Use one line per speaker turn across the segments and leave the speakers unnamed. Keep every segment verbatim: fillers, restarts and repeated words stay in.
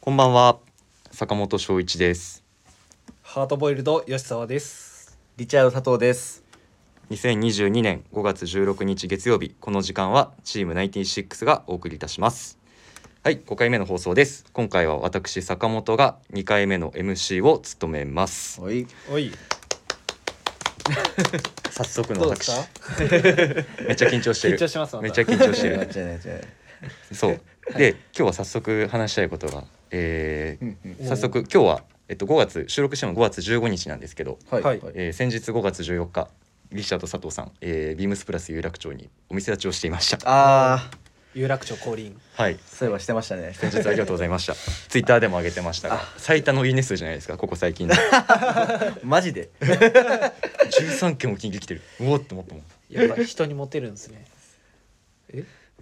こんばんは、坂本翔一です。
ハートボイルド吉沢です。
リチャード佐藤です。
にせんにじゅうにねんごがつじゅうろくにち月曜日、この時間はチームナインティシックスがお送りいたします。はい、ごかいめの放送です。今回は私坂本がにかいめの エムシー を務めます。
おい
おい
早速の拍手。めっちゃ緊張してる。
緊張します。
めっちゃ緊張してる。
間違いない間違いない。
そうで、今日は早速話したいことが、えー
うんうん、
早速今日は、えっと、ごがつ収録してもごがつじゅうごにちなんですけど、
はい、
はい
えー先日ごがつじゅうよっかリチャード佐藤さん、えー、ビームスプラス有楽町にお店立ちをしていました。
あー
有楽町降臨。
はい
そういえばしてましたね。
先日ありがとうございました。ツイッターでも上げてましたが、最多のいいね数じゃないですか、ここ最近で
マジで
じゅうさんけんも気に来てる。うおって思ったもん。
やっぱ人にモテるんですね。え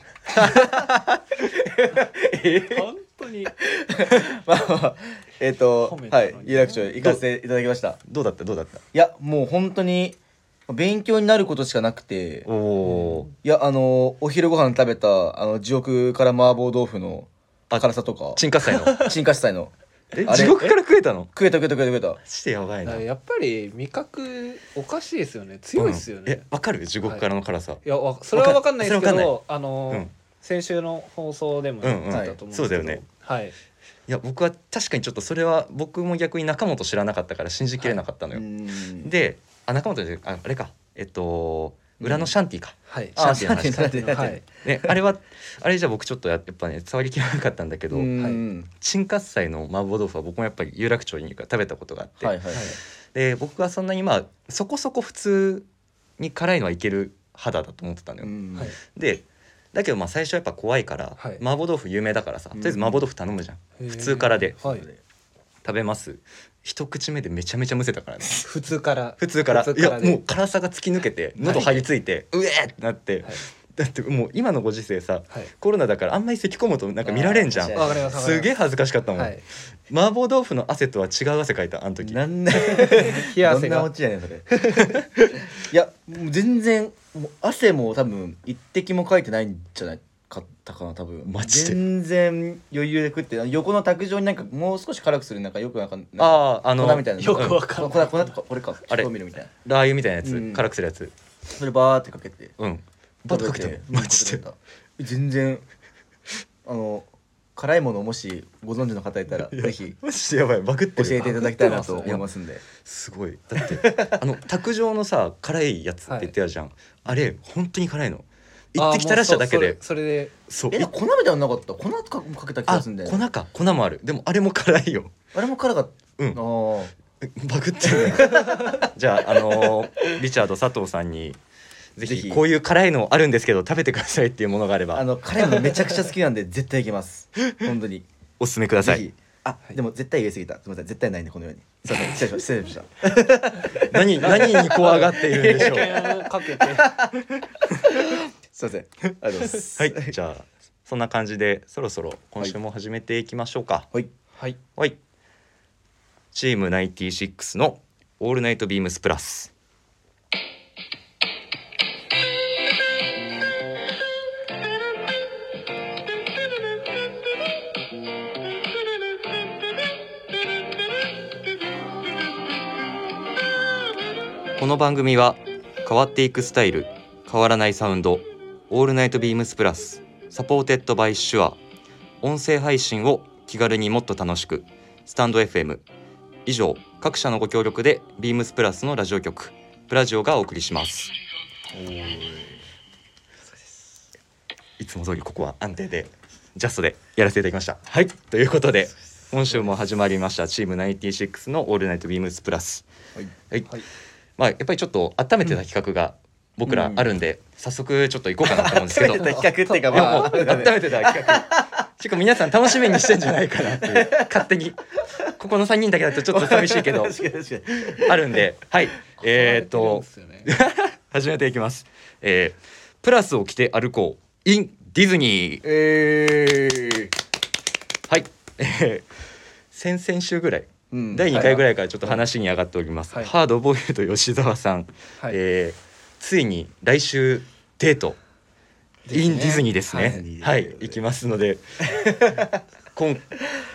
本当に
まあまあえっ、と
褒めたのに
はい有楽町行かせていただきました。
どうだったどうだった
いやもう本当に勉強になることしかなくて、
おお
いやあのお昼ご飯食べたあの地獄から麻婆豆腐の辛さとか
陳喝祭の
新喝祭の
え
あれ
地獄から食えたの？
食えた食えた食えた食えた。
してやばいな。
やっぱり味覚おかしいですよね。強いですよね。
うんえわかる地獄からの辛さ、
いやわそれは分かんないですけ
わかんない
ど、あの、
うん
先週の放送でも言ってたと思うんですけど、
うんうんそうだよね。
はい。
いや僕は確かにちょっとそれは僕も逆に中本知らなかったから信じきれなかったのよ、
うん
であ中本でああれかえっと裏のシャンティか、
はい。
あ
シャンティの話
シャンティの話
はい。
ね、あれはあれじゃ僕ちょっとややっぱね触りきれなかったんだけど、
うん
陳喝祭の麻婆豆腐は僕もやっぱり有楽町に食べたことがあって、
はいはいはい。
で僕はそんなにまあそこそこ普通に辛いのはいける肌だと思ってたのよ、
うん
はい。
でだけどまあ最初はやっぱ怖いから、
はい
麻婆豆腐有名だからさとりあえず麻婆豆腐頼むじゃん、
へー
普通からで
はい。
食べます一口目でめちゃめちゃむせたからね
普通から
普通から
普通からで
いやもう辛さが突き抜けて喉張り付いて、うえーってなって、
はい
だってもう今のご時世さ
はい。
コロナだからあんまり咳込むとなんか見られんじゃん。
あー
わかりますわかります
すげえ恥ずかしかったもん、
はい。
麻婆豆腐の汗とは違う汗かいたあの時。
なんで
冷や汗が
どんなオチやねんそれいやもう全然もう汗も多分一滴もかいてないんじゃないかったかな多分。
マジで
全然余裕で食って横の卓上になんかもう少し辛くするなんかよくわかんない
あああの
粉みたいな
よくわかんない
粉粉とかこれか
あれ
調味料みたいな
ラー油みたいなやつ、
うん
辛くするやつ。
それバーってかけて
うんバッとかけたの
食べて
マジで。
うん全然あの辛いものをもしご存知の方いたらぜひ
マジでやばいバグってる。
教えていただきたいなと思いますんで。
すごいだってあの卓上のさ辛いやつって言ってたじゃん、あれ本当に辛いの。一滴垂らしただけで
あーもうそそれそれで
そう
え、なんか粉みたいなのなかった？粉かかけた気
あ
がするんだよ
粉か粉もある。でもあれも辛いよ。
あれも辛かった。
うん
あー
バグってるねじゃあ、あのーリチャード佐藤さんにぜ
ぜひ
ひこういう辛いのあるんですけど食べてくださいっていうものがあれば
あの辛いものめちゃくちゃ好きなんで絶対いけます本当に
おすすめください。
ぜひあ、でも絶対言い過ぎたすみません絶対ないんでこのようにすいません失礼しました失礼しました
何何に怖がっているんでしょう
保険をかけて
すいませんありがとうございます
はいじゃあそんな感じでそろそろ今週も始めていきましょうか。
はい
はい。
はい、チームナインティシックスのオールナイトビームスプラス。この番組は変わっていくスタイル変わらないサウンドオールナイトビームスプラスサポーテッドバイシュア音声配信を気軽にもっと楽しくスタンド エフエム 以上各社のご協力でビームスプラスのラジオ局プラジオがお送りします。いつも通りここは安定でジャストでやらせていただきました。はいということで今週も始まりましたチームナインティシックスのオールナイトビームスプラス。
はい
はい、
はい
まあやっぱりちょっと温めてた企画が僕らあるんで、早速ちょっと行こうかなと思うんですけど、
温めてた企画っていうか
いやもう
まあ
温めてた企画結構皆さん楽しみにしてんじゃないかなっていう勝手にここのさんにんだけだとちょっと寂しいけど
確かに確かに
あるんで、はいえー、っと始めていきます、えー、プラスを着て歩こう in ディズニー。
えー
はい、えー、先々週ぐらい
うん
だいにかいぐらいからちょっと話に上がっております、
はい
ハードボイルド吉沢さん、
はい
えーついに来週デート
ですね
in ディズニーですね。
は
はいい、行きますので今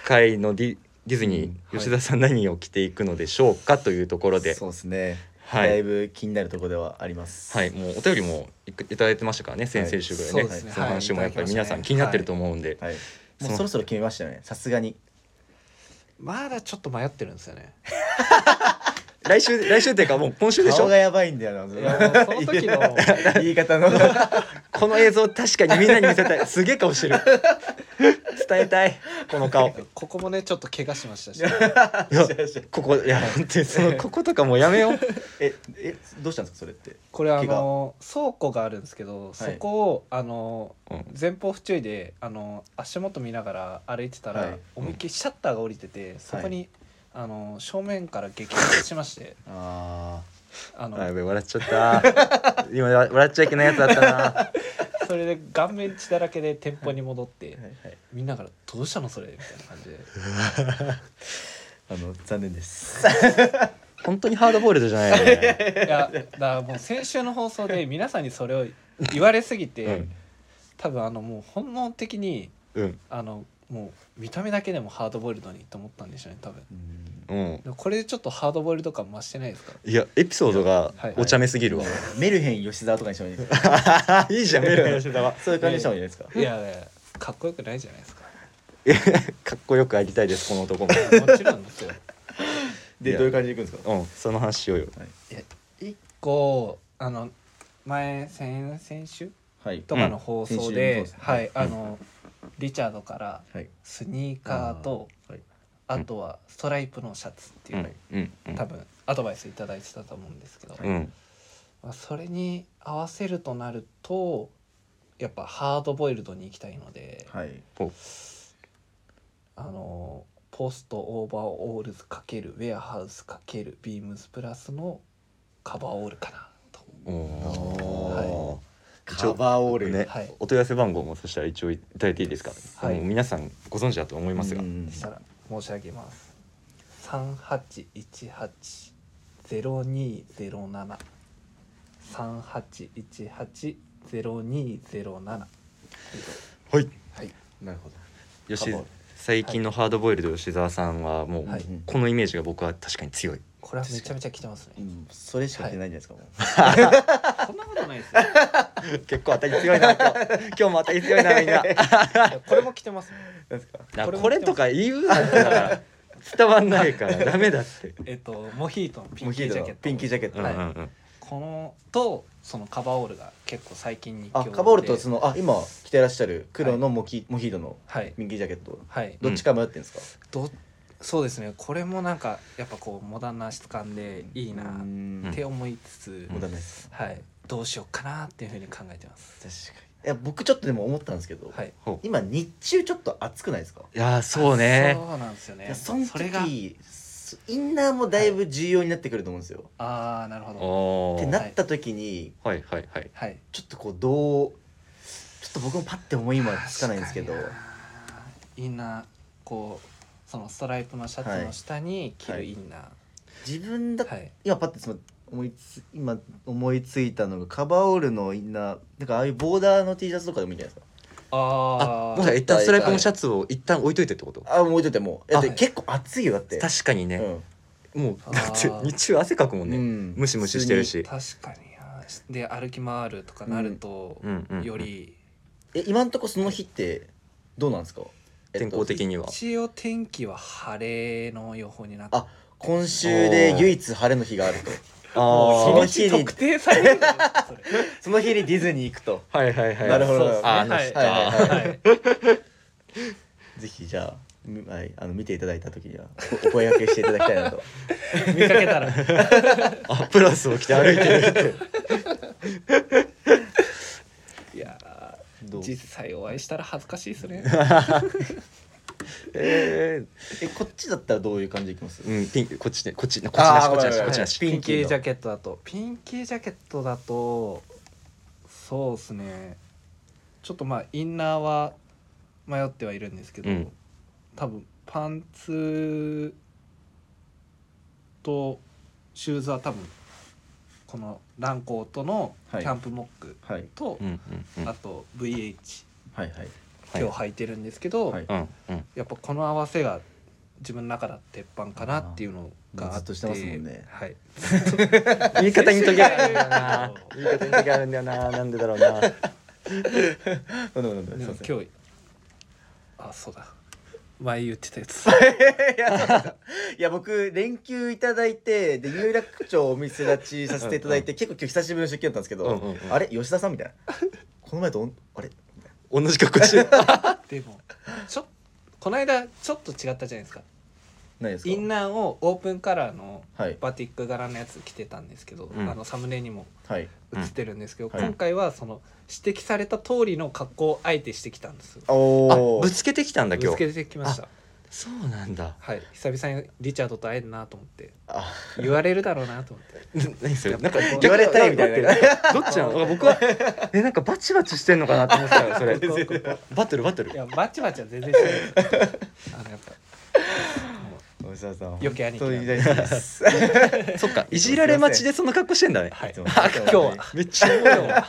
回のディディズニー、
うんはい、
吉田さん何を着ていくのでしょうかというところで、
そうですね、
はい、
だいぶ気になるところではあります。
はい、もうお便りもいただいてましたからね、先々週ぐらいね、
そうですね、
その話もやっぱり皆さん気になってると思うんで、
はい、もうそろそろ決めましたよね、さすがに。
まだちょっと迷ってるんですよね。
来週来週っていうかもう今週でしょ。
顔がやばいんだよな。
いやもうその時の
言い方の
この映像確かにみんなに見せたい。すげえ顔してる。伝えたいこの顔。
ここもねちょっと怪我しましたし。
いやここいや本当にそのこことかもうやめよう。
ええどうしたんですかそれって。
これあの倉庫があるんですけど、
はい、
そこをあの、
うん、
前方不注意であの足元見ながら歩いてたら、はい、思いっきりシャッターが降りてて、うん、そこに、はい、あの正面から激突しまして
あ
あの
あやべ笑っちゃった今笑っちゃいけないやつだったな
それで顔面血だらけで店舗に戻って、はいはいはい、みんなからどうしたのそれみたいな感じで
あの残念です
本当にハードボイルドじゃないよね
いやだからもう先週の放送で皆さんにそれを言われすぎて、うん、多分あのもう本能的に、うん、あのもう見た目だけでもハードボイルドにと思ったんでしょうね多分、うん、これでちょっとハードボイルド感増してないですか。
いやエピソードがお茶目すぎるわ、はいはい、
メルヘン吉沢とかにしてもいいですか
いいじゃんメルヘン吉沢
そういう感じにした方がいいですか。
いやいやかっこよくないじゃないですか
かっこよくありたいですこの男も
もちろんですよ
でどういう感じでいくんですか。
うんその話しようよ、
はい、いや一個あの前先々週、はい、とかの放送で、うんね、はいあの、うん、リチャードからスニーカーと、はい、あとはストライプのシャツっていうのを、うんうん、多分アドバイスいただいてたと思うんですけど、うんまあ、それに合わせるとなるとやっぱハードボイルドに行きたいので、はい、あのポストオーバーオールズ×ウェアハウス×ビームスプラスのカバーオールかなと。
お、はい、
カバーオール
ね、はい、お問い合わせ番号もそしたら一応いただいていいですか。はい、皆さんご存知だと思いますが、
そしたら申し上げます。さんはちいちはち ゼロにゼロなな さんはちいちはち ゼロにゼロなな。
はい、
はい、なるほ
ど。よし最近のハードボイルド吉沢さんはもうこのイメージが僕は確かに強い。
これはめちゃめちゃ来てますね、うん、
それしか来てないんじゃないですか、
はい、もうそんなことないですよ
結構当たり強いな今日今日も当たり強いなみんな
これも来てますね。
なんですかこれこれとか言うなら伝わんないからダメだって
えっとモヒートのピンキージャケット
ピンキージャケット、
はいうんうんうん、このとそのカバーオールが結構最近に
あカバーオールとそのあ今着てらっしゃる黒のモキ、はい、モヒートのピンキージャケット、はい、どっちか迷ってんですか。
どそうですねこれもなんかやっぱこうモダンな質感でいいなって思いつつ、
モダンです、
はい、どうしようかなっていうふうに考えてます。
確かにいや僕ちょっとでも思ったんですけど、はい、今日中ちょっと暑くないですか。
いやそうね
そうなんですよね。
その時それがインナーもだいぶ重要になってくると思うんですよ、
はい、ああなるほ
どってなった時に、
はい、はいはい
はいちょっとこうどうちょっと僕もパッて思い今つかないんですけど
インナーこうそのストライプのシャツの下に着るインナー、はいはい、
自分だ、はい、今パッて思いつ今思いついたのがカバーオールのインナーなんかああいうボーダーの T シャツとかでもいいんじゃないですか。
ああ一旦ストライプのシャツを一旦置いといてってこと。
あ置いといてもだって結構暑いよだって
確かにね、うん、もうだって日中汗かくもんね、うん、ムシムシしてるし
確かにで歩き回るとかなると、うん、より
え今んとこその日ってどうなんですか。
天候的には
一応天気は晴れの予報になって
あ今週で唯一晴れの日があると
あその日に特定されるそれ
その日にディズニー行くと
はいはいはい
なるほど
あの
はいはいはいぜひじゃあ、はい、あの見ていただいた時にはお声掛けしていただきたいなと
見かけたら
あプラスを着て歩いてる
っていや実際お会いしたら恥ずかしいですね
えー、えこっちだったらどういう感じでいきます。
うんピンこっちねこっちこっちなしこっちなしこっちなし
ピンキージャケットだとピンキージャケットだとそうですねちょっとまあインナーは迷ってはいるんですけど、うん、多分パンツとシューズは多分このランコートのキャンプモックと、はい、あと ブイエイチ、
はいはい、
今日履いてるんですけど、
はい
うんうん
やっぱこの合わせが自分の中だ鉄板かなっていうのがあって、
ずっとしてますもんね
はい、
言い方に時計あるんだよな言い方に時計あるんだよななんでだろうな
なんでなんでなんで
でも
すいません
今日あそうだ前言ってたやつ
いやそうですいや僕連休いただいてで有楽町お店立ちさせていただいて結構今日久しぶりの出勤だったんですけど、
うんうんうん
あれ吉田さんみたいなこの前とおんあれみたい
同じ格好してる
でもちょこの間ちょっと違ったじゃないですか。
な何ですか
インナーをオープンカラーの
はい
バティック柄のやつ着てたんですけど、
うん
あのサムネにも
はい
映ってるんですけど、
うんはい
今回はその指摘された通りの格好をあえてしてきたんですよ。
おお
あぶつけてきたんだ
ぶつ
今日
けてきました。
そうなんだ
はい、久々にリチャードと会えるなと思って
あ
言われるだろうなと思って
何それなんか
言われたいみたいな
どっちなの僕はえなんかバチバチしてんのかなって思ってたよそれ
こうこうこう
バトルバトル
いやバチバチは全然してないですあのやっぱも
吉田さん
余計兄貴
本当に大好きです
そっかいじられ待ちでその格好してんだね
はい
いつも
あ今日は
めっちゃおもろいわ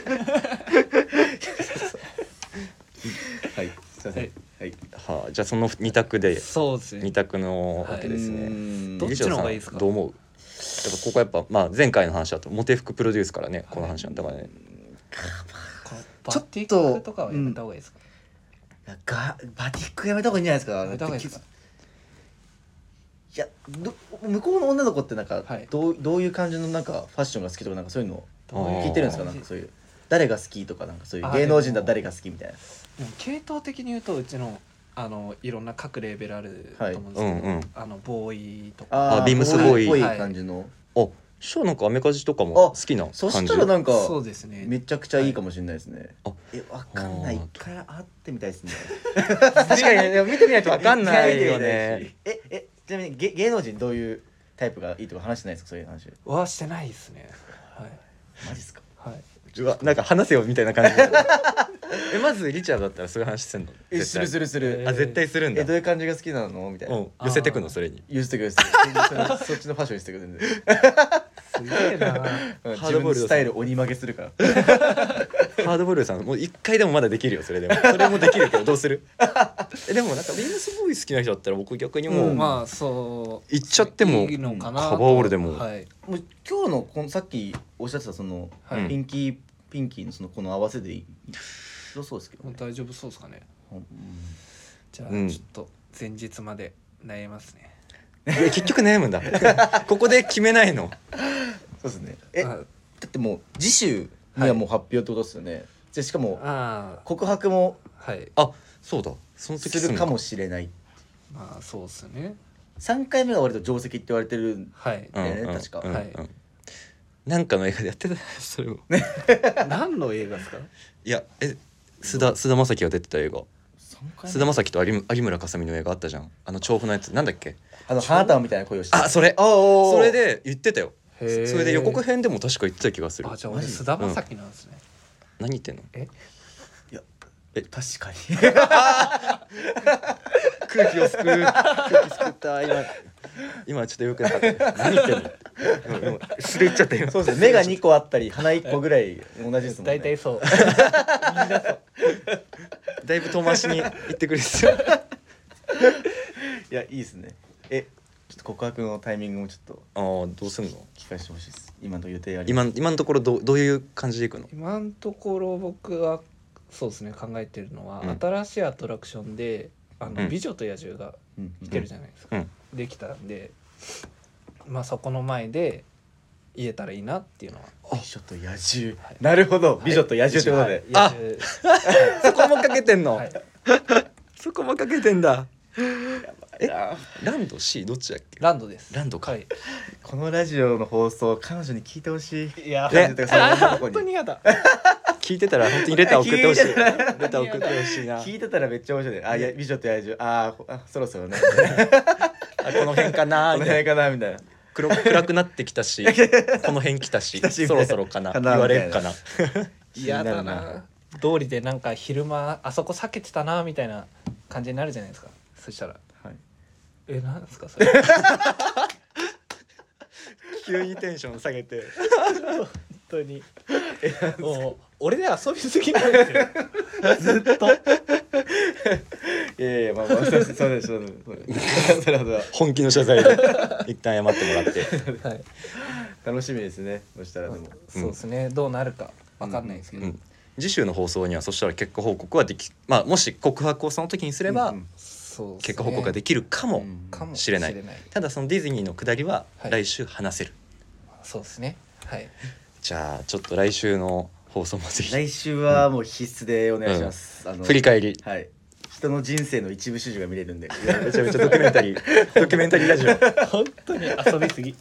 はいすいませんはい
はあじゃあその二択で
そうですね
二択のわけですね、
ね
どっちの方がいいですか
どう思うやっぱここやっぱまあ前回の話だとモテ服プロデュースからねこの話なんだからね、
このバ
ちょっと
ティックとかはやめた方がいいですか、
がバティックやめた方がいいんじゃないですか
やめた方がいいですか
いやど向こうの女の子ってなんか、
はい
どうどういう感じのなんかファッションが好きとかなんかそういうの
どういう
聞いてるんですか
感じ
なんかそういう誰が好きとかなんかそういう
あ
芸能人だ誰が好きみたいな
でも系統的に言うとうちのあのいろんな各レーベルあると思うんですけど、
はいうんうん
あのボーイとか
あ
あビームスボーイ
っぽい感じの、
あショーなんかアメカジとかも好きな感じ
そしたらなんか
そうですね
めちゃくちゃいいかもしれないですね、
はい
えわかんない
あー
一回会ってみたいですね
確かにね見てみないとわかんないよね
ええちなみに芸芸能人どういうタイプがいいとか話してないですかそういう話
はしてないですねはい
マジっすか
はい。
うわなんか話せよみたいな感じえまずリチャードだったらそういう話すんの
えするするする、
え
あ絶対するんだ
えどういう感じが好きなのみたいな、
うん寄せてくのそれに
言ってくれそそっちのファッションにしてくれるんです
げえな
うん
ハードボイルド
自分のスタイル鬼曲げするから
ハードボイルドさんもう一回でもまだできるよそれでもそれもできるけどどうするえでもなんかビームスボーイ好きな人だったら僕逆にもう、
うん
まあそう
行っちゃっても
いいのかなと
カバーオールでも
はい
もう今日のこのさっきおっしゃってたその、
はい
ピンキーピンキーのそのこの合わせでいいどうそうですけど、ね
もう大丈夫そうですかね
うん
じゃあ
うん
ちょっと前日まで悩みますね
え結局悩むんだここで決めないの
そうですねえだ
あ
ってもう次週にはもう発表ってことですよね、でしかも
あ
告白も
はい
あそうだその時
するかも
し
しれない
まあそうっすね
さんかいめが割と定石って言われてる
はい
だよね確か
はい
なんかの映画でやってたそれも
何の映画ですか
いやえ須田須田将暉が出てた映画
さんかいめ
須田将暉と有有村架純の映画あったじゃんあの調布のやつなんだっけ
あの花束みたいな声をして
あそれ
あおー
それで言ってたよ
へー
それで予告編でも確か言ってた気がする
あじゃあ俺
マジ
菅田将暉なんですね
何言ってんの
え
いや
え
確かに
空気をすくう空気すくった今今ちょっとよくなかった何言ってんの今今素で言っちゃったよ
そうですね目がにこあったり鼻いっこぐらい同じですもんね
大体そう
だいぶ遠回しに言ってくれてたよ
いやいいですねえちょっと告白のタイミングもちょっと
あーどうすんの
聞かせてほしいです今の予定あり
今今のところどうどういう感じでいくの
今のところ僕はそうですね考えてるのは、
うん
新しいアトラクションであの、
うん
美女と野獣が
うん
来てるじゃないですか、
うん
できたんでまあそこの前で言えたらいいなっていうのは
美女と野獣、
はい
なるほど美女と野獣ということで、
あ
はい野獣
そこもかけてんの、
はい
そこもかけてんだえ
いや
ランド C どっちだっけ
ランドです
ランドか
はい
このラジオの放送彼女に聞いてほしい
いや
彼女というかその女の子
本当
に
に嫌だ
聞いてたら本当にレター送ってほしい
聞いてたら
レター送ってほしいな
聞いてたらめっちゃ面白いねあいや美女と野獣あーあそろそろね
あこの辺かな
この辺かなみたいな
黒暗くなってきたしこの辺来たし
来たし
そろそろかな
かな
言われるかな
嫌だ
気にな
な通りでなんか昼間あそこ避けてたなみたいな感じになるじゃないですかそしたら
はい
えなんですかそれ
急にテンション下げて
本当に
え
もう俺で遊びすぎなんですよずっと。
いやいやまあまあそうですそうですそうですそれほど
本気の謝罪で一旦謝ってもらって、
はい、
楽しみですね。そしたらでも、
そうですね、どうなるかわかんないですけど、
うん、次週の放送にはそしたら結果報告はでき、まあもし告白をその時にすれば、うんうん、
そう
結果報告ができるかもしれない、うん、ただそのディズニーの下りは来週話せる、
はい、そうですね。はい。
じゃあちょっと来週の放送もぜひ。
来週はもう必須でお願いします、うん、あの
振り返り、
はい、人の人生の一部始終が見れるんで
めちゃめちゃドキュメンタリードキュメンタリーラジオ
本当に遊びすぎ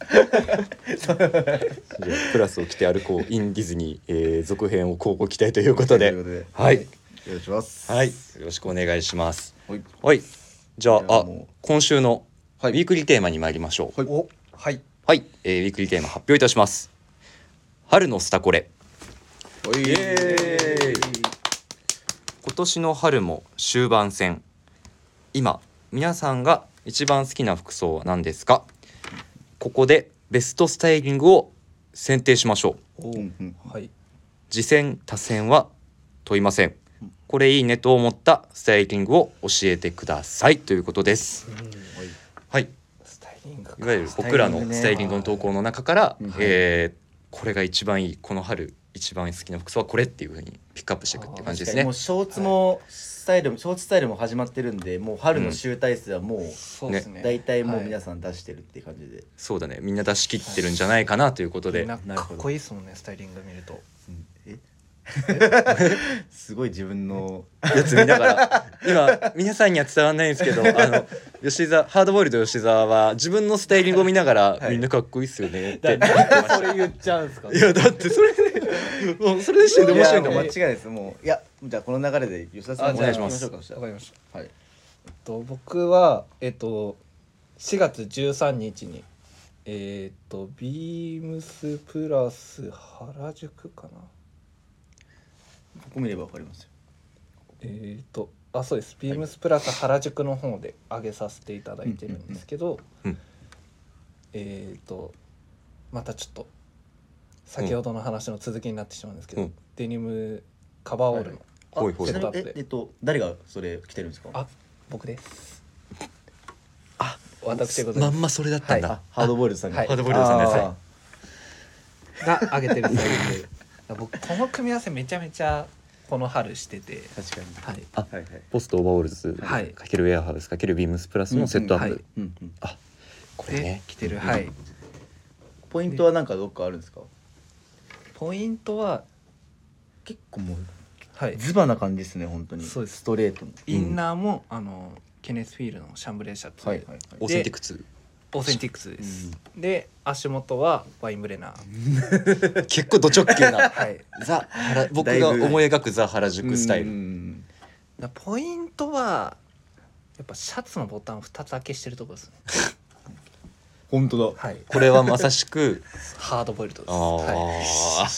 プラスを着て歩こう in ディズニー、えー、続編を交互期待ということで、はい、
よろしくお願いします。
はい、よろしくお願いします。
はい、
はい、じゃあ、あ今週のウィークリーテーマに参りましょう。
はい、おはい、
はい、えー、ウィークリーテーマ発表いたします。春のスタコレ。
イエーイ。
今年の春も終盤戦。今皆さんが一番好きな服装は何ですか？ここでベストスタイリングを選定しましょう。
はい、
次戦他戦は問いません。これいいねと思ったスタイリングを教えてくださいということです。はい、
スタイリングか、
いわゆる僕らのスタイリングの投稿の中から、はい、えー、これが一番いい、この春一番好きな服装はこれっていう風にピックアップしていくって感じですね。
もうショーツもスタイル、はい、ショーツスタイルも始まってるんで、もう春の集大成はもう、うん、そうですね、大体もう皆さん出してるっていう感じで、はい、
そうだね、みんな出し切ってるんじゃないかなということで、
はい、みんなかっこいいですもんね、スタイリング見ると、
うん、えすごい自分の
やつ見ながら今皆さんには伝わらないんですけど、あの吉沢ハードボイルド吉沢は自分のスタイリングを見ながら、はい、みんなかっこいいっすよねって
それ言っちゃうんですか？
いやだってそれでもうそれでして面白いんだもん。
間違いないです。もういやじゃあこの流れで吉田さんお願いします。わか
りました。はい。えっと僕はえっとしがつじゅうさんにちにえっとビームスプラス原宿かな。
ここ見ればわかりますよ。
えっとあそうです、ビームスプラス原宿の方で上げさせていただいてるんですけど、
うんうん、
えっとまたちょっと先ほどの話の続きになってしまうんですけど、うん、デニムカバーオールのセットアップで、
えっと誰がそれ着てるんですか？
あ、僕です。
あ、
私でございます。
まんまそれだったんだ。
はい、ハードボイルドさんが、
はい、ハードボイルドさんです
が上げてるスタイルで僕この組み合わせめちゃめちゃこの春してて、
確かに、
はい、
あ、はいはい、ポストオーバーオールズかけるウェアハウスかけるビームスプラスのセットアップ、
うんうん、はい、
あ、これね
着てる、はい。
ポイントは何かどっかあるんですか？
ポイントは
結構もう、
はい、
ズバな感じですね本当に。
そうです。
ストレートの
インナーも、うん、あのケネスフィールのシャンブレーシャツ、
はいはいはい、
オーセンティクス
オーセンティクスです、うん、で足元はワインブレナ
ー結構ド直球な、
はい、
ザ原僕が思い描くザ原宿スタイル。
だポイントはやっぱシャツのボタンふたつ開けしてるところですね
本当だ、
はい、
これはまさしく
ハードボイルドです。
あ、はい、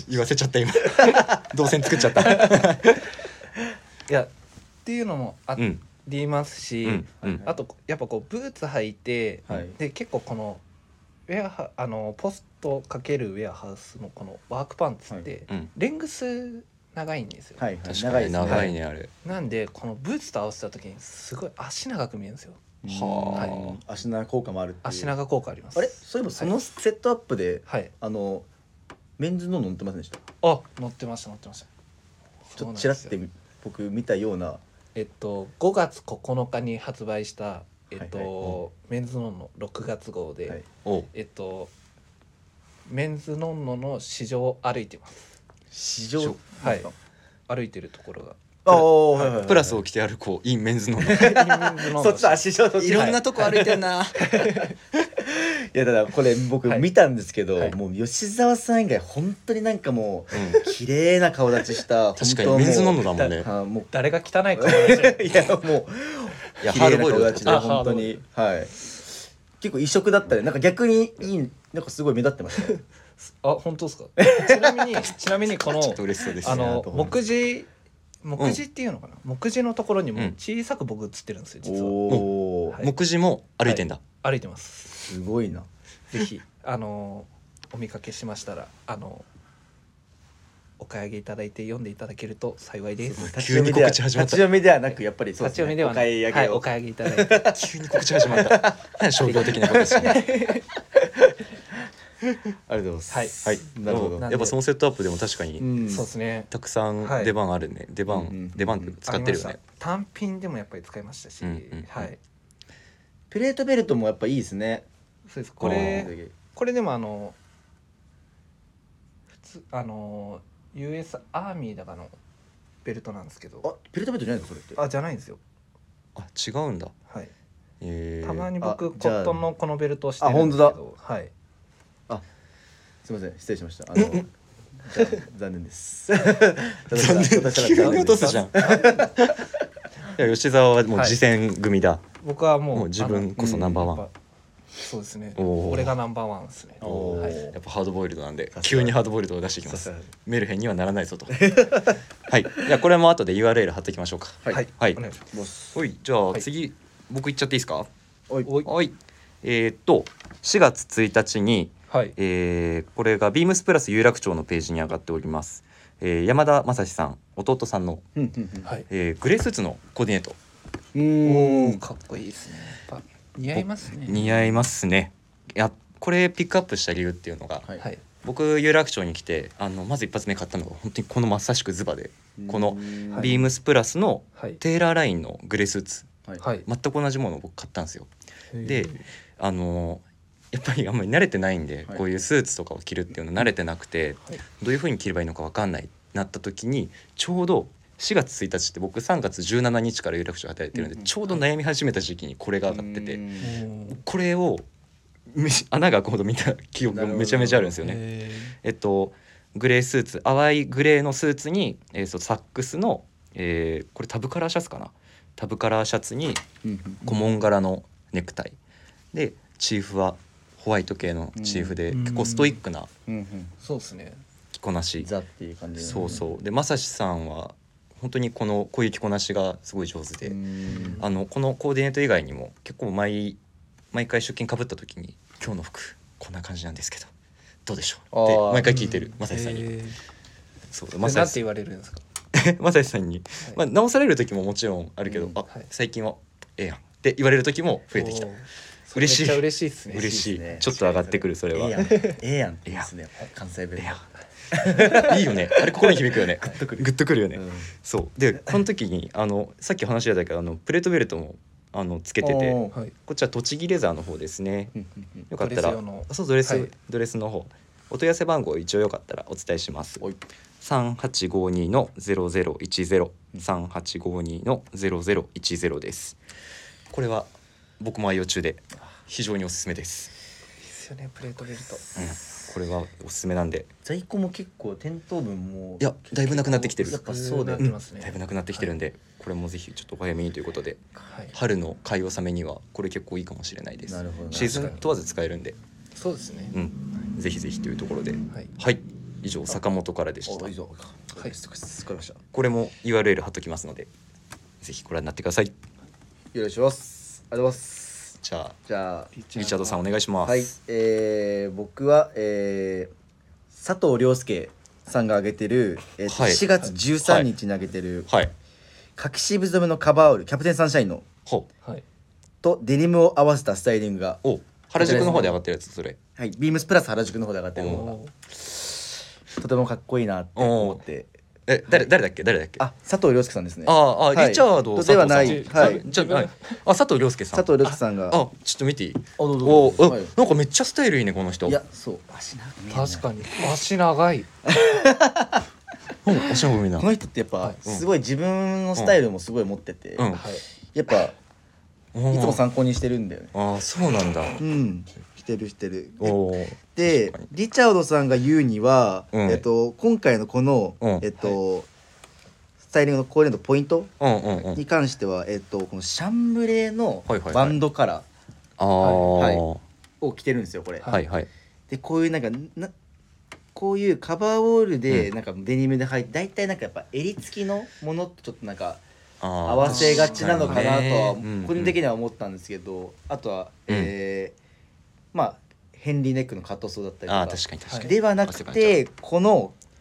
言わせちゃった今動線作っちゃった
いやっていうのもありますし、うんうん、あとやっぱこうブーツ履いて、はい、で結構このウェアあのポストかけるウェアハウスのこのワークパンツって、はい、レングス長いんですよ、
はいはい、
確かに長いね、あれ
なんでこのブーツと合わせた時にすごい足長く見えるんですよ。
はあ、はい、足長効果もあるっていう。
足長効果あります。
あれそういえばそのセットアップで、
はい、
あのメンズの乗ってませんでした？
あ、乗ってました乗ってました。
ちょっとちらって僕見たような、
えっとごがつここのかに発売したえっと、はいはい、メンズノンノろくがつ号で、はい、えっとメンズノンノの市場を歩いてます。
市場、
はい、歩いてるところが
プ ラ,、はいはいはい、プラスを着て歩こうインメンズノンノ
そっち足上
いろんなとこ歩いてんな、はい、
いやだからこれ僕見たんですけど、はい、もう吉沢さん以外本当になんかもう、うん、綺麗な顔立ちした
確かにメンズノンノだもんね。
はもう誰が汚い顔立ち
いやもういやハードボイルド立ちで本当に、はい、結構異色だったね。なんか逆にいいなんかすごい目立ってましたね
あ、本当ですかちなみにちなみにこのあの目次目次っていうのかな、うん、目次のところにも小さく僕写ってるんですよ実は。
お、
はい、
目次も歩いてんだ、
はい、歩いてます。
すごいな。
ぜひあのお見かけしましたらあのお買い上げいただいて読んでいただけると幸いです。
急に告知始まった。
立ち読みではなくやっぱりそう
立ち読みでは
お買い上げを、
はい、お買い上げいただいて
急に告知始まった商業的なことですね。
ありがとうございます。
はい、
なるほど。
やっぱそのセットアップでも確かに、
うん、
そうですね、
たくさん出番あるね、出番、うん、出番って使ってるよね。
単品でもやっぱり使いましたし、うんうん、はい。
プレートベルトもやっぱいいですね。
そうです。これこれでもあの普通あの ユーエス アーミーだかのベルトなんですけど、
あ、ベルトベルトじゃないのそれって？
あ、じゃないんですよ。
あ、違うんだ。
はい。
えー、
たまに僕コットンのこのベルトをしてるんですけど、はい。
あ、すみません、失礼しました。あの残念です。
残念。急に落とすじゃん。いや、吉沢はもう次戦組だ。はい、
僕はもう、
もう自分こそナンバーワン。うん、
そうですね。俺がナンバーワンですね。
はい、やっぱハードボイルドなんで急にハードボイルドを出してきます。メルヘンにはならないぞと。はい。じゃあこれも後で ユーアールエル 貼っておきましょうか。
はい。
はい。お願いします。はい。じゃあ次、はい、僕行っちゃっていいですか。
はい。
はい。えー、っとしがつついたちに、はい、えー、これがビームスプラス有楽町のページに上がっております。えー、山田正史さん弟さんの、うんうんうん、えー、グレースーツのコーディネート。
うーん、かっこいいですね。似合いますね。
似合いますね。いや、これピックアップした理由っていうのが、はい、僕有楽町に来てあのまず一発目買ったのが本当にこのまさしくズバで、このビームスプラスのテーラーラインのグレースーツ、はい、全く同じものを僕買ったんですよ。で、あのやっぱりあんまり慣れてないんで、はい、こういうスーツとかを着るっていうの慣れてなくて、はい、どういう風に着ればいいのか分かんないなった時に、ちょうどしがつついたちって僕さんがつじゅうしちにちから有楽町で働いてるんで、うんうん、ちょうど悩み始めた時期にこれが上がってて、これを穴が今度見た記憶がめちゃめちゃあるんですよね。えっとグレースーツ、淡いグレーのスーツに、えー、そうサックスの、えー、これタブカラーシャツかな、タブカラーシャツに小紋柄のネクタイで、チーフはホワイト系のチーフで、うん、結構ストイックな
そうですね、
着こなし。
ザっていう感じ、ね、
そうそうで、正史さんは本当にこのこういう着こなしがすごい上手で、あのこのコーディネート以外にも結構毎毎回出勤かぶった時に今日の服こんな感じなんですけどどうでしょうって毎回聞いてる正史さんに。
そう、なんて言われるんですか。
正史さんに、はい、まあ、直される時ももちろんあるけど、うん、あ、はい、最近はええやんって言われる時も増えてきた。嬉しい。
めっちゃ嬉しいですね。
嬉しい。ちょっと上がってくるそれは。
ええやん。ええやんってですね。関西弁。
いいよね。あれ心に響くよね。グッとくる。グッとくるよね。うん、そうでこの時にあのさっき話してたけどあのプレートベルトもあのつけてて、はい、こっちは栃木レザーの方ですね。よかったらそうドレス、はい、ドレスの方お問い合わせ番号一応よかったらお伝えします。さんはちごにのゼロゼロいちゼロ さんはちごにのゼロゼロいちゼロです。これは僕も愛用中で非常におすすめです。
ですよね、プレートベルト。
うん、これはおすすめなんで。
在庫も結構店頭分も
いやだいぶなくなってきてる。
やっぱそうだよ
ね、うん、だいぶなくなってきてるんで、はい、これもぜひちょっとお早めにということで、はい、春の買い納めにはこれ結構いいかもしれないです。
なるほど、
シーズン問わず使えるんで。
そうですね、
うん、ぜひぜひというところで、はい、はい、以上坂本からでした。
はい、はい、
これも ユーアールエル 貼っときますのでぜひご覧になってください。
よろしくお願いします。ありがとうございます。
じゃあ、
じゃあ
リチャードさんお願いします。
はい、えー、僕は、えー、佐藤亮介さんが挙げてる、えーはい、しがつじゅうさんにちに挙げてる、はい、柿渋染めのカバーオールキャプテンサンシャインの、はい、とデニムを合わせたスタイリングが
お原宿の方で上がってるやつ、それ。
はい、ビームスプラス原宿の方で上がってるのがとてもかっこいいなって思って。
え、誰誰だっけ誰だっけ。
あ、佐藤亮介さんですね。
ああ、はい、リチャード
ではない。
はい。じゃあ、あ、佐藤亮介さん。
佐藤亮介さんが。
あ、ちょっと見ていい。あ、
どうぞ。
お、はい、なんかめっちゃスタイルいいねこの人。
いや、そう。
足長い。確かに。足長い。
うん、足長いな。
この人ってやっぱすごい自分のスタイルもすごい持ってて、やっぱいつも参考にしてるんだよね。
あ、そうなんだ。
うん。してるしてる。でリチャードさんが言うには、うん、えっと今回のこの、うん、えっと、はい、スタイリングのコーデのポイントに関しては、えっとこのシャンブレーのバンドカラー、はいはい、を着てるんですよこれ。
はいはい、
でこういうなんかなこういうカバーウォールでなんかデニムで入って、だいたいなんかやっぱ襟付きのものとちょっとなんか合わせがちなのかなとは個人的には思ったんですけど、あとは、うん、えーまあヘンリーネックのカットソーだったりとか、
あ、確かに確かに
ではなくてこの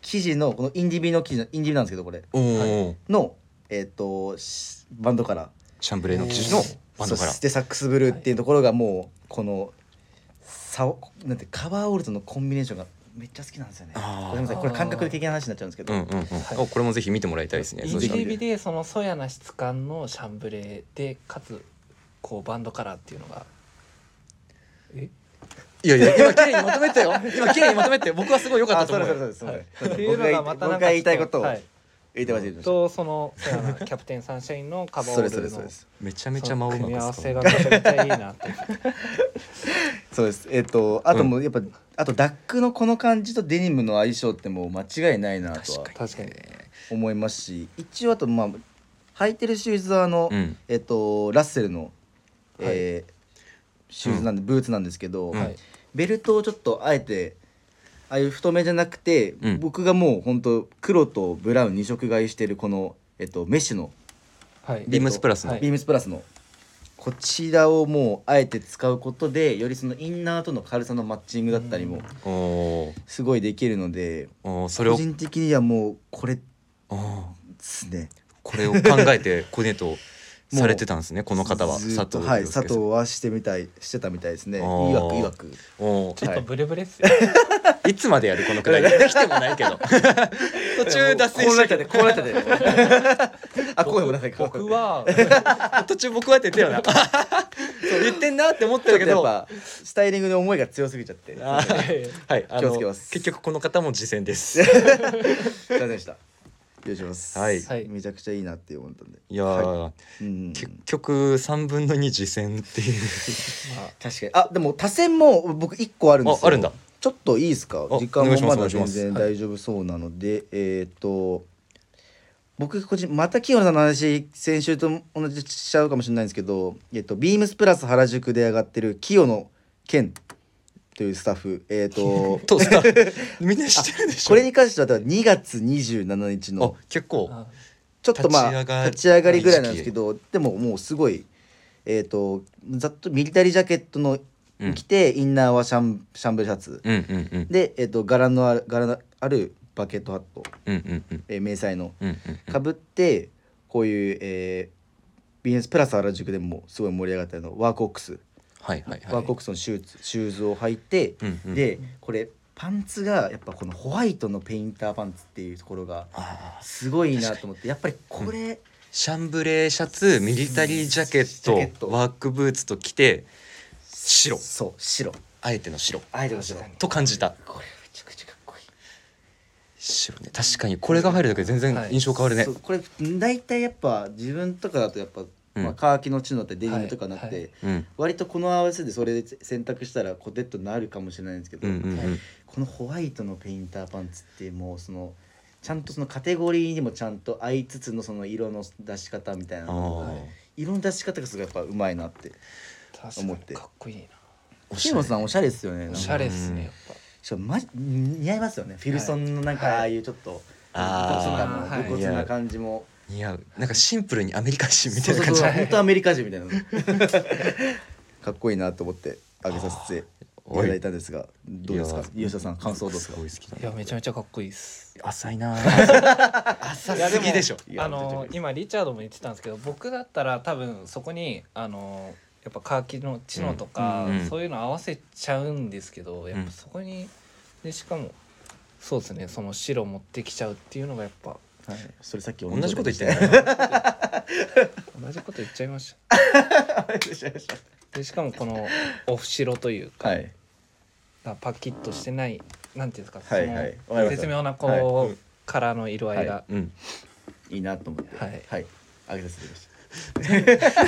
生地のこのインディビの生地のインディビなんですけどこれのえっとバンドカラー
シャンブレーの生地のバンドカラー
そしてサックスブルーっていうところがもうこのさなんてカバーオールとのコンビネーションがめっちゃ好きなんですよね。ごめんなさいこれ感覚的な話になっちゃうんですけど、
うんうんうんはい、これもぜひ見てもらいたいですね。
インディビでそのそやな質感のシャンブレーでかつこうバンドカラーっていうのが
えいやいや今綺麗にまとめてよ今綺麗にまとめて僕はすごい良かったと思うよ。
そうですそうです。
っていうのがまたなんか
言いたいことを言ってました
とそのそやなキャプテンサンシャインのカバーオールの
めちゃめちゃ間をうまく
組み合わせがめちゃめちゃいいなって
そうですえっ、ー、とあともうやっぱ、うん、あとダックのこの感じとデニムの相性ってもう間違いないなとは
確かに
思いますし一応あとまあ履いてるシューズはあの、うん、えっ、ー、とラッセルの、えーはい、シューズなんで、うん、ブーツなんですけど、はい、ベルトをちょっとあえてああいう太めじゃなくて、うん、僕がもう本当黒とブラウンに色買いしてるこの、えっと、メッシュの、
はい、ビームスプラスの、
はい、ビームスプラスのこちらをもうあえて使うことでよりそのインナーとの軽さのマッチングだったりもすごいできるのでそれを個人的にはもうこれですね
これを考えてコーディネートされてたんですねこの方は佐藤
はい佐藤はしてみたいしてたみたいですねいわくいわく
ちょっとブレブレっすよ
いつまでやるこのくらいできてもないけど途中脱線してて
こうなっちゃってあ声もなさい
僕は
途中僕はって言ってよなそう言ってんなって思ったけど
やっぱスタイリングの思いが強すぎちゃって
はい気をつけます結局この方も実践です
すいませんでしたお願いします、
はい、
めちゃくちゃいいなって思ったんで
いや、はい、うん、結局さんぶんのに実践っていう
確かにあでも多選も僕いっこあるんですよ
あ、あるんだ
ちょっといいですか時間もまだ全然大丈夫そうなので、はい、えっ、ー、と僕個人また清野さんの話先週と同じしちゃうかもしれないんですけど、えっと、ビームスプラス原宿で上がってる清野健というスタッフえっ、ー、と
とスタッフみんな知ってるでしょ
これに関してはにがつにじゅうしちにちの
結構
ちょっとまあ立ち上がりぐらいなんですけどでももうすごいえっ、ー、とざっとミリタリージャケットの着て、うん、インナーはシャンシャンブルシャツ、うんうんうん、で、えー、と柄のある柄のあるバケットハット、うんうんうんえー、迷彩のかぶ、うんうん、ってこういう、えー、ビーエムエスプラス原宿でもすごい盛り上がったのワークオックス、はいはいはい、ワークオックスのシューズシューズを履いて、うんうん、でこれパンツがやっぱこのホワイトのペインターパンツっていうところがすごいなと思ってやっぱりこれ、うん、
シャンブレーシャツミリタリージャケットワークブーツと着て白
そう白
あえての白
あえての白
と感じた
これめちゃくちゃかっこいい
白ね確かにこれが入るだけで全然印象変わるね、はい、
これ大体やっぱ自分とかだとやっぱ、うんまあ、カーキのチノってデニムとかなって、はいはい、割とこの合わせでそれで選択したらコテッとなるかもしれないんですけど、うんうんうん、このホワイトのペインターパンツってもうそのちゃんとそのカテゴリーにもちゃんと合いつつのその色の出し方みたいなのが色の出し方がすごいやっぱうまいなって思って
かっこいいな
岸本さんおしゃれですよね
おしゃれですねやっぱ
しかもマジ似合いますよねフィルソンのなんかああいうちょっと武骨な感じも
似合うなんかシンプルにアメリカ人みたいな感じ
本当アメリカ人みたいなかっこいいなと思って上げさせていただいたんですがどうですか吉田さん感想どうですか
いやめちゃめちゃかっこいいです
浅いな浅すぎでしょ
あの今リチャードも言ってたんですけど僕だったら多分そこにあのやっぱカーキのチノとか、うん、そういうの合わせちゃうんですけど、うん、やっぱそこにでしかもそうですねその白持ってきちゃうっていうのがやっぱ、はい、
それさっき
同じこと言ってない
同じこと言っちゃいましたでしかもこのオフ白というか、はい、パキッとしてないなんていうんですか、はいはい、絶妙なこう、はい、カラーの色合いが、はいうん、
いいなと思ってはい、はい、あげさせてくださいすいま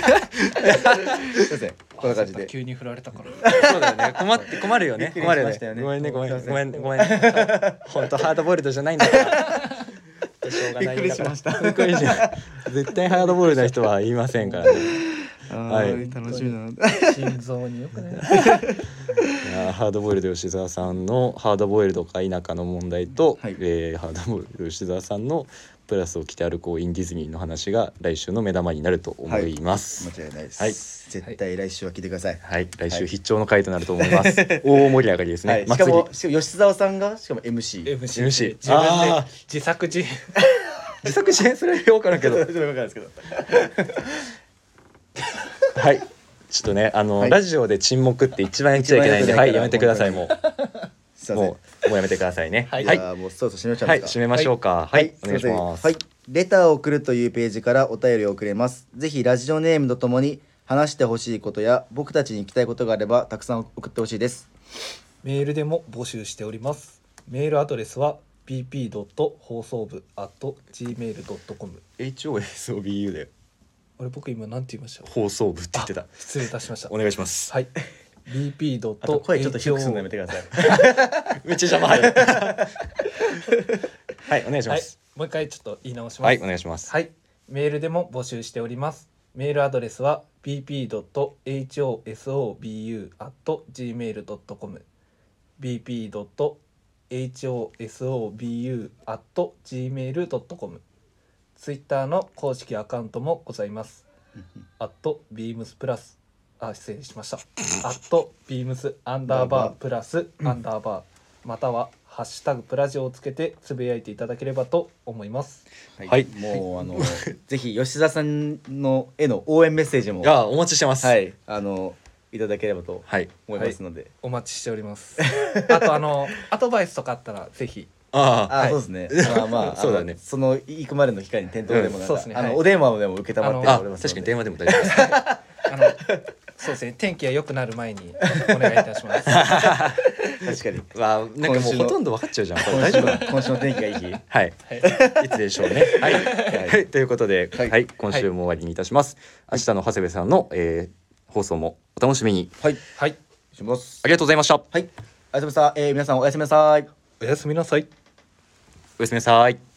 せんこんな感じで
急に振られたから
そうだよね困って困るよね困るよねごめんねごめんごめんごめん本当ハードボイルドじゃないんだからしょうがないんだからびっくりしました絶対ハードボイルドな人は言いませんからね
はい、楽しみだな
心臓によくないい
やハードボイルド吉澤さんのハードボイルドか否かの問題と、はいえー、ハードボイルド吉澤さんのプラスを着て歩こうインディズニーの話が来週の目玉になると思います、
はい、間違いないです、
はい、
絶対来週は来てください。
はい、来週必聴の回となると思います、はい、大盛り上がりですね、はい、
しかもしかも吉沢さんがしかも エムシー
エムシー,
自分
で自作自演
自作自演それは分からんけど
分からんですけど
はいちょっとねあの、はい、ラジオで沈黙って一番やっちゃいけないんで、はい、やめてください。もうもうもうやめてくださいね。
はい、はい、もうそろそろ締めましょうか。
はい、締めましょうか。はい、はい、お願いします。
はい、レターを送るというページからお便りを送れます。ぜひラジオネームとともに話してほしいことや僕たちに聞きたいことがあればたくさん送ってほしいです。
メールでも募集しております。メールアドレスは ビーピー 放送部 アット ジーメール ドットコム
エイチオーエスオービーユー だよ。
あれ僕今なんて言いました？
放送部って言ってた。
失礼いたしました。
お願いします。
はい。ビーピー ドット
声ちょっと低くするのやめてください。
めっちゃ邪魔入る。はい、お願いします、
はい。もう一回ちょっと言い直します。
はい、お願いします。
はい。メールでも募集しております。メールアドレスは ビーピー ドット ホソブ アット ジーメール ドットコム ビーピー ドット ホソブ アット ジーメール ドットコム ツイッターの公式アカウントもございます。アットビームスプラスあ失礼しました。アットビームスアンダーバープラスアンダーバーまたはハッシュタグプラジオをつけてつぶやいていただければと思います。
はい、はい、もうあのぜひ吉田さんのへの応援メッセージも
いやお待ちしてます。
はいあのいただければと思いますので、はい、
お待ちしております。あとあのアドバイスとかあったらぜひ。
ああ、はい、そうですね。まあまあそうだね。その行くまでの機会に店頭でもなんか、うんね、あの、はい、お電話でも受けたまっておりますので。
確かに電話でも大丈夫です。
あのそうですね。天気が良くなる前にお願いいたします。
確かに。
わあなんかもうほとんど分かっちゃうじゃん。これ大丈夫？
今週の天気がいい日。
はい。いつでしょうね。はい。はい。ということで、はい、今週も終わりにいたします。明日の長谷部さんの、えー、放送もお楽しみに。
はい
はい。
します。
ありがとうございました。
はい。ありがとうございました。えー、皆さんおやすみなさい。
おやすみなさい。
おやすみなさい。